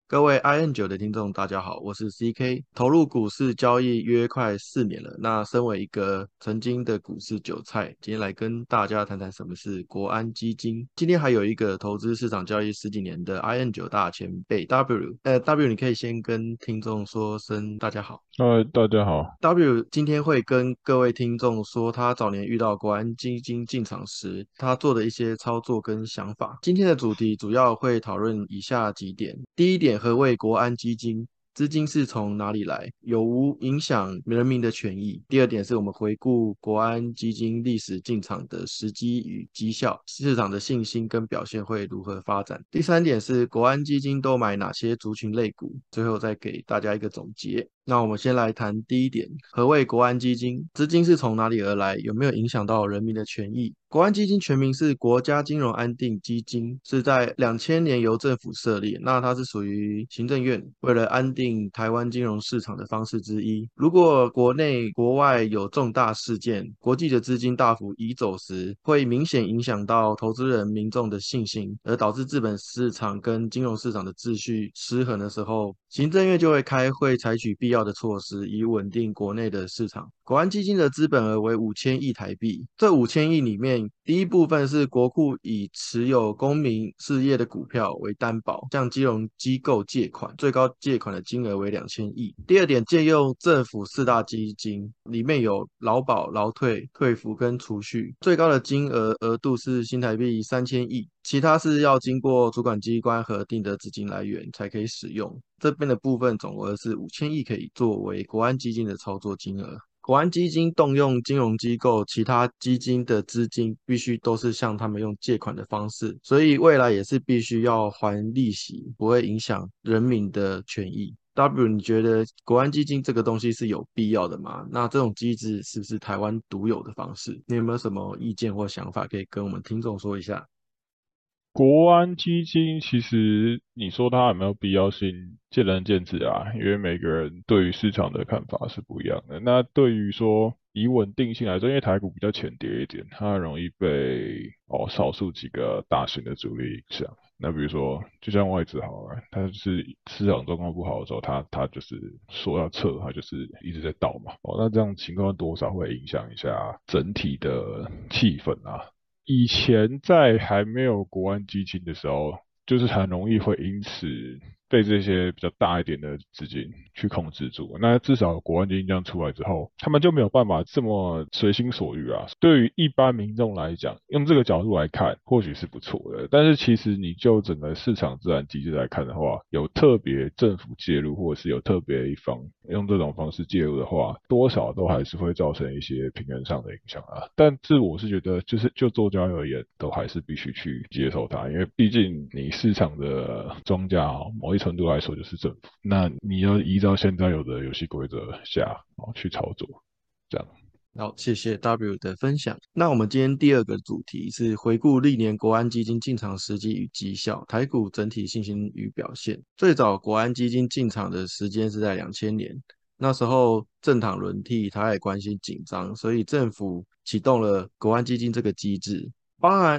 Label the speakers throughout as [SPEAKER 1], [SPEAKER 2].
[SPEAKER 1] 各位 IN9的听众，大家好，我是 CK。投入股市交易约快4年了，那身为一个曾经的股市韭菜，今天来跟大家谈谈什么是国安基金。今天还有一个投资市场交易十几年的 IN9大前辈 W，你可以先跟听众说声大家好。
[SPEAKER 2] 大家好。
[SPEAKER 1] W 今天会跟各位听众说，他早年遇到国安基金进场时，他做的一些操作跟想法。今天的主题主要会讨论以下几点：第一点，何谓国安基金？资金是从哪里来？有无影响人民的权益？第二点是我们回顾国安基金历史进场的时机与绩效，市场的信心跟表现会如何发展？第三点是国安基金都买哪些族群类股？最后再给大家一个总结。那我们先来谈第一点，何谓国安基金？资金是从哪里而来？有没有影响到人民的权益？国安基金全名是国家金融安定基金，是在2000年由政府设立。那它是属于行政院为了安定台湾金融市场的方式之一。如果国内国外有重大事件，国际的资金大幅移走时，会明显影响到投资人民众的信心，而导致资本市场跟金融市场的秩序失衡的时候，行政院就会开会采取必要的措施，以稳定国内的市场。国安基金的资本额为5000亿台币，这5000亿里面，第一部分是国库以持有公民事业的股票为担保，向金融机构借款，最高借款的金额为2000亿。第二点，借用政府四大基金，里面有劳保、劳退、退服跟储蓄，最高的金额度是新台币3000亿。其他是要经过主管机关核定的资金来源才可以使用。这边的部分总额是5000亿，可以作为国安基金的操作金额。国安基金动用金融机构其他基金的资金，必须都是向他们用借款的方式，所以未来也是必须要还利息，不会影响人民的权益。W，你觉得国安基金这个东西是有必要的吗？那这种机制是不是台湾独有的方式？你有没有什么意见或想法可以跟我们听众说一下？
[SPEAKER 2] 国安基金其实你说它有没有必要性，见仁见智啊，因为每个人对于市场的看法是不一样的。那对于说以稳定性来说，因为台股比较浅跌一点，它容易被少数几个大型的主力影响。那比如说，就像外资好了，它就是市场状况不好的时候，它就是说要撤，它就是一直在倒嘛。那这样情况多少会影响一下整体的气氛啊。以前在还没有国安基金的时候，就是很容易会因此被这些比较大一点的资金去控制住。那至少国安基金这样出来之后，他们就没有办法这么随心所欲啊。对于一般民众来讲，用这个角度来看，或许是不错的。但是其实你就整个市场自然机制来看的话，有特别政府介入，或者是有特别一方用这种方式介入的话，多少都还是会造成一些平衡上的影响啊。但是我是觉得，就是就作家而言，都还是必须去接受它，因为毕竟你市场的庄家某一程度来说就是政府，那你要依照现在有的游戏规则下去操作，这样。
[SPEAKER 1] 好，谢谢 W 的分享。那我们今天第二个主题是回顾历年国安基金进场时机与绩效，台股整体信心与表现。最早国安基金进场的时间是在2000年，那时候政党轮替，台海关系紧张，所以政府启动了国安基金这个机制。包含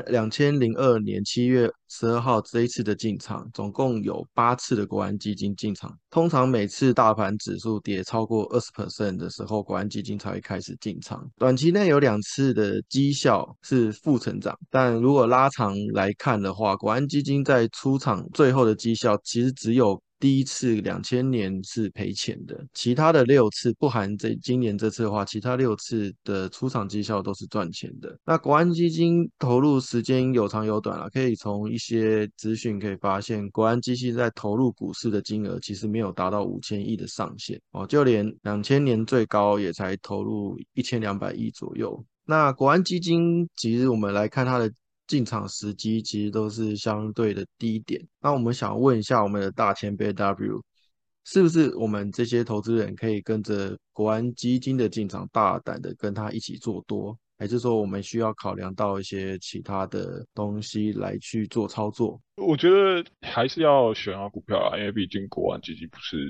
[SPEAKER 1] 2002年7月12号这一次的进场，总共有8次的国安基金进场。通常每次大盘指数跌超过20% 的时候，国安基金才会开始进场。短期内有2次的绩效是负成长，但如果拉长来看的话，国安基金在出场最后的绩效其实只有第一次2000年是赔钱的，其他的6次不含今年这次的话，其他6次的出场绩效都是赚钱的。那国安基金投入时间有长有短了，可以从一些资讯可以发现，国安基金在投入股市的金额其实没有达到5000亿的上限哦，就连2000年最高也才投入1200亿左右。那国安基金其实我们来看它的进场时机，其实都是相对的低点。那我们想问一下我们的大前辈 W，是不是我们这些投资人可以跟着国安基金的进场，大胆的跟他一起做多？还是说我们需要考量到一些其他的东西来去做操作？
[SPEAKER 2] 我觉得还是要选好股票啊，因为毕竟国安基金不是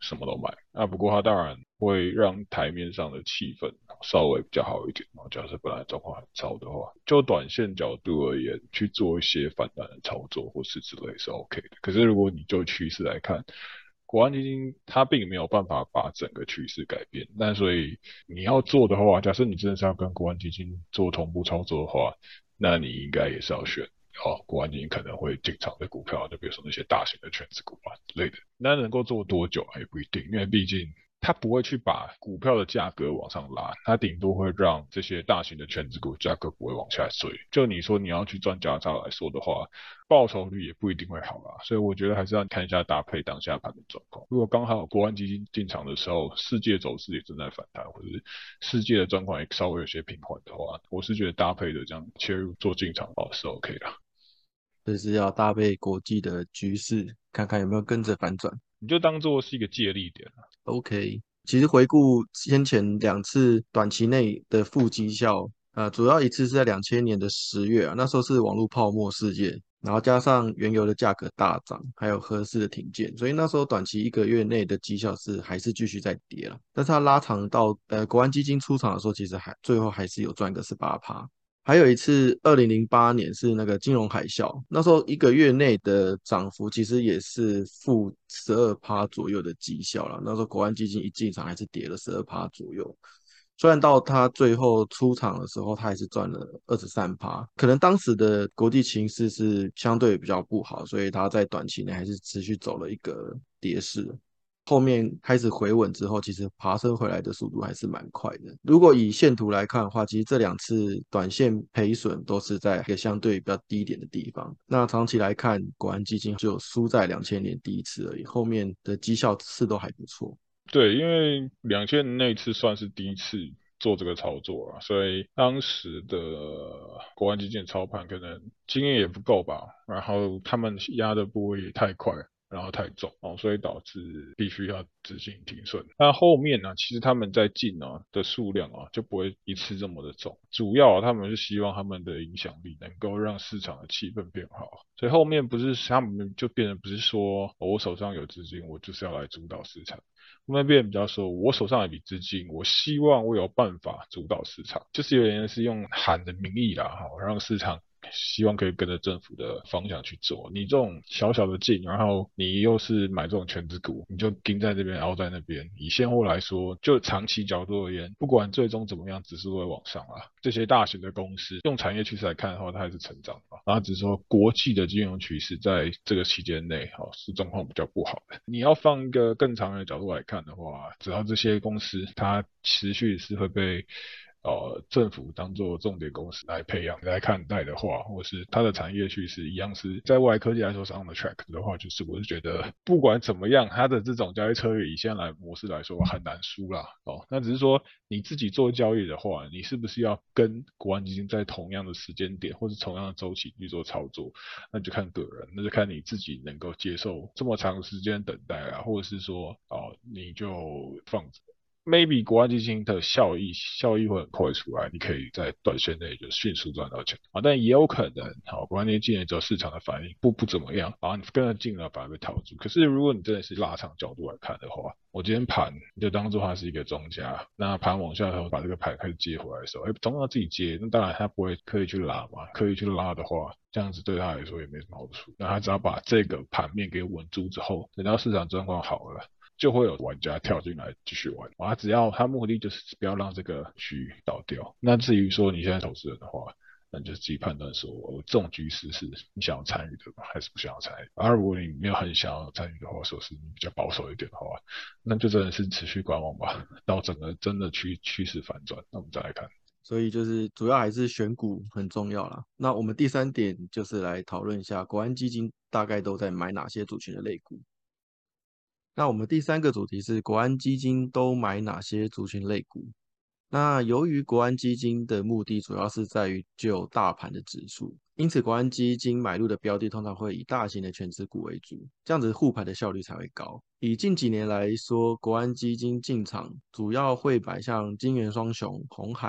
[SPEAKER 2] 什么都买。不过它当然会让台面上的气氛稍微比较好一点。假设本来状况很糟的话，就短线角度而言，去做一些反弹的操作或是之类是 OK 的。可是如果你就趋势来看，国安基金它并没有办法把整个趋势改变，那所以你要做的话，假设你真的是要跟国安基金做同步操作的话，那你应该也是要选国安基金可能会进场的股票，就比如说那些大型的全值股之类的。那能够做多久也不一定，因为毕竟它不会去把股票的价格往上拉，它顶多会让这些大型的全值股价格不会往下坠。就你说你要去赚价差来说的话，报酬率也不一定会好啦。所以我觉得还是要看一下搭配当下盘的状况。如果刚好国安基金进场的时候，世界走势也正在反弹，或者是世界的状况也稍微有些平缓的话，我是觉得搭配的这样切入做进场是 OK 的。
[SPEAKER 1] 就是要搭配国际的局势，看看有没有跟着反转。
[SPEAKER 2] 你就当做是一个借力点。
[SPEAKER 1] OK，其实回顾先前两次短期内的负绩效，主要一次是在2000年的10月啊，那时候是网络泡沫事件，然后加上原油的价格大涨，还有核四的停建，所以那时候短期1个月内的绩效还是继续在跌了。但是它拉长到国安基金出场的时候，其实最后还是有赚个18%。还有一次，2008年是那个金融海啸，那时候1个月内的涨幅其实也是负12%左右的绩效了。那时候国安基金一进场还是跌了12%左右，虽然到他最后出场的时候，他还是赚了23%。可能当时的国际情势是相对比较不好，所以他在短期内还是持续走了一个跌势。后面开始回稳之后，其实爬升回来的速度还是蛮快的。如果以线图来看的话，其实这2次短线赔损都是在一个相对比较低点的地方。那长期来看，国安基金就输在2000年第一次而已，后面的绩效是都还不错。
[SPEAKER 2] 对，因为2000那次算是第一次做这个操作啊，所以当时的国安基建操盘可能经验也不够吧，然后他们压的部位也太快，然后太重所以导致必须要执行停损。那后面呢，其实他们在进的数量就不会一次这么的重，主要他们是希望他们的影响力能够让市场的气氛变好，所以后面不是他们就变成不是说我手上有资金，我就是要来主导市场。后面变比较说，我手上有一笔资金，我希望我有办法主导市场，就是有点是用喊的名义啦，让市场希望可以跟着政府的方向去做。你这种小小的进，然后你又是买这种全资股，你就盯在这边，凹在那边。以现货来说，就长期角度而言，不管最终怎么样，指数会往上啦。这些大型的公司，用产业趋势来看的话，它还是成长嘛。然后只是说国际的金融趋势在这个期间内，是状况比较不好的。你要放一个更长远的角度来看的话，只要这些公司它持续是会被政府当做重点公司来培养来看待的话，或是它的产业趋势一样是在未来科技来说是 on the track 的话，就是我是觉得不管怎么样，它的这种交易策略以现在来模式来说很难输啦。那只是说你自己做交易的话，你是不是要跟国安基金在同样的时间点或是同样的周期去做操作，那就看个人，那就看你自己能够接受这么长时间等待啊，或者是说你就放着。maybe 国安基金的效益会很快出来，你可以在短线内就迅速赚到钱但也有可能国安基金进来之后市场的反应不怎么样你跟着进了反而被套住。可是如果你真的是拉长角度来看的话，我今天盘你就当做它是一个庄家，那盘往下头把这个盘开始接回来的时候，总要自己接，那当然他不会刻意去拉嘛，刻意去拉的话，这样子对他来说也没什么好处。那他只要把这个盘面给稳住之后，等到市场状况好了。就会有玩家跳进来继续玩，只要他目的就是不要让这个局倒掉。那至于说你现在投资人的话，那你就自己判断说，这种局势是你想要参与的吗，还是不想要参与？如果你没有很想要参与的话，说是你比较保守一点的话，那就真的是持续观望吧，到整个真的趋势反转，那我们再来看。
[SPEAKER 1] 所以就是主要还是选股很重要啦。那我们第三点就是来讨论一下国安基金大概都在买哪些族群的类股。那我们第三个主题是国安基金都买哪些族群类股？那由于国安基金的目的主要是在于就大盘的指数，因此国安基金买入的标的通常会以大型的全值股为主，这样子护盘的效率才会高。以近几年来说，国安基金进场主要会买像金元双雄、鸿海、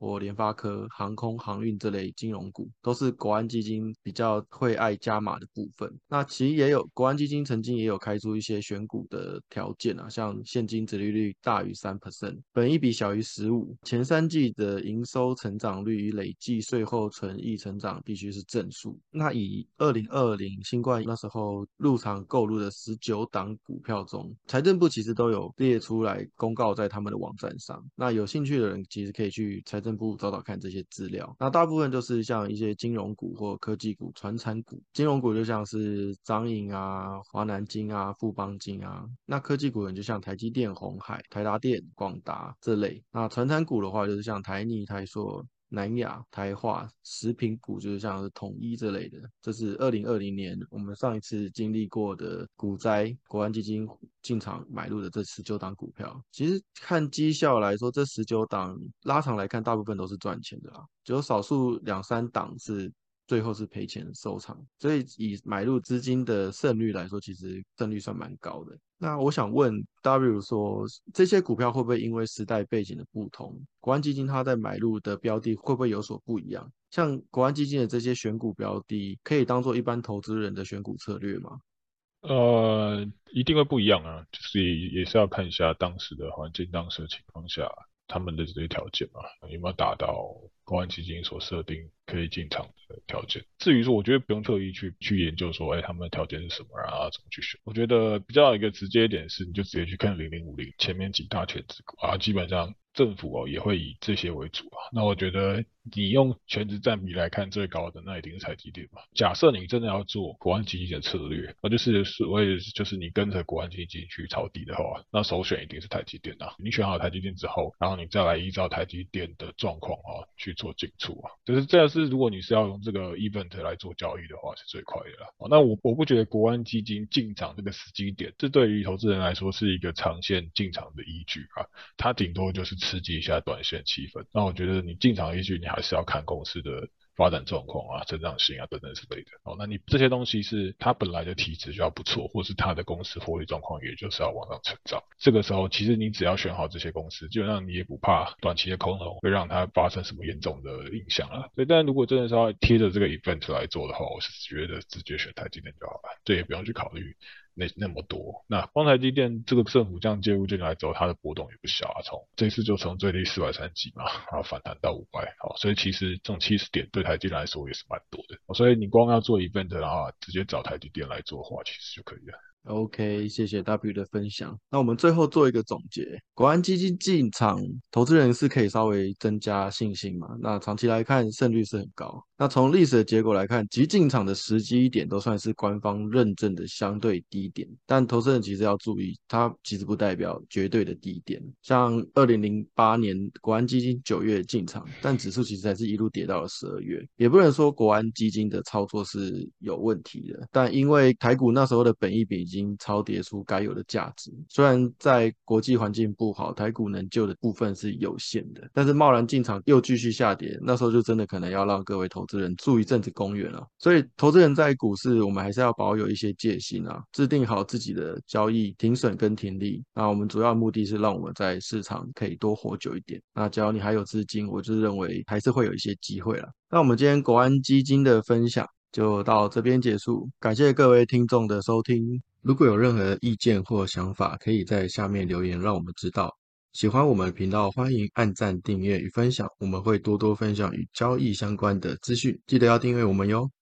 [SPEAKER 1] 或联发科、航空航运这类金融股，都是国安基金比较会爱加码的部分。那其实也有国安基金曾经也有开出一些选股的条件啊，像现金殖利率大于3%，本益比小于15，前3季的营收成长率与累计税后纯益成长必须是正数。那以2020新冠那时候入场购入的19档股票中，财政部其实都有列出来公告在他们的网站上。那有兴趣的人其实可以去财政部找找看这些资料。那大部分就是像一些金融股或科技股、传产股。金融股就像是彰银啊、华南金啊、富邦金啊。那科技股就像台积电、鸿海、台达电、广达这类。那传产股的话，就是像台泥、台塑、南亚、台化、食品股，就是像是统一这类的。这是2020年我们上一次经历过的股灾，国安基金进场买入的这19档股票。其实看绩效来说，这19档拉长来看，大部分都是赚钱的啦，只有少数2、3档是最后是赔钱收场。所以以买入资金的胜率来说，其实胜率算蛮高的。那我想问 W 说，这些股票会不会因为时代背景的不同，国安基金它在买入的标的会不会有所不一样？像国安基金的这些选股标的，可以当做一般投资人的选股策略吗？
[SPEAKER 2] 一定会不一样啊，就是也是要看一下当时的环境、当时的情况下，他们的这些条件嘛，有没有达到公安基金所设定可以进场的条件。至于说，我觉得不用特意去研究说，哎，他们的条件是什么啊，怎么去选。我觉得比较一个直接一点是，你就直接去看0050前面几大权值股啊，基本上政府也会以这些为主啊。那我觉得你用全值占比来看最高的，那一定是台积电嘛。假设你真的要做国安基金的策略，那就是所谓就是你跟着国安基金去抄底的话，那首选一定是台积电啊。你选好台积电之后，然后你再来依照台积电的状况去做进出啊。就是这样是如果你是要用这个 event 来做交易的话，是最快的啦。那我不觉得国安基金进场这个时机点，这对于投资人来说是一个长线进场的依据啊。它顶多就是刺激一下短线气氛。那我觉得你进场依据，你还是要看公司的发展状况啊、成长性啊等等之类的。那你这些东西是它本来的体质就要不错，或是它的公司获利状况也就是要往上成长。这个时候，其实你只要选好这些公司，基本上你也不怕短期的空头会让它发生什么严重的影响啊。所以，但如果真的是要贴着这个 event 来做的话，我是觉得直接选台积电就好了，这也不用去考虑那么多。那光台积电这个政府这样介入进来之后，它的波动也不小啊，这次就从最低430几嘛，然后反弹到500，好，所以其实这种70点对台积电来说也是蛮多的。所以你光要做 event 的话，直接找台积电来做的话，其实就可以了。
[SPEAKER 1] OK，谢谢 W 的分享。那我们最后做一个总结，国安基金进场，投资人是可以稍微增加信心嘛？那长期来看，胜率是很高。那从历史的结果来看，即进场的时机点都算是官方认证的相对低点，但投资人其实要注意，它其实不代表绝对的低点。像2008年国安基金9月进场，但指数其实还是一路跌到了12月，也不能说国安基金的操作是有问题的，但因为台股那时候的本益比已经超跌出该有的价值，虽然在国际环境不好，台股能救的部分是有限的，但是贸然进场又继续下跌，那时候就真的可能要让各位投资人住一阵子公园了。所以投资人在股市，我们还是要保有一些戒心啊，制定好自己的交易停损跟停利。那我们主要目的是让我们在市场可以多活久一点。那只要你还有资金，我就认为还是会有一些机会了。那我们今天国安基金的分享就到这边结束，感谢各位听众的收听。如果有任何意见或想法，可以在下面留言让我们知道。喜欢我们的频道，欢迎按赞、订阅与分享，我们会多多分享与交易相关的资讯，记得要订阅我们哟。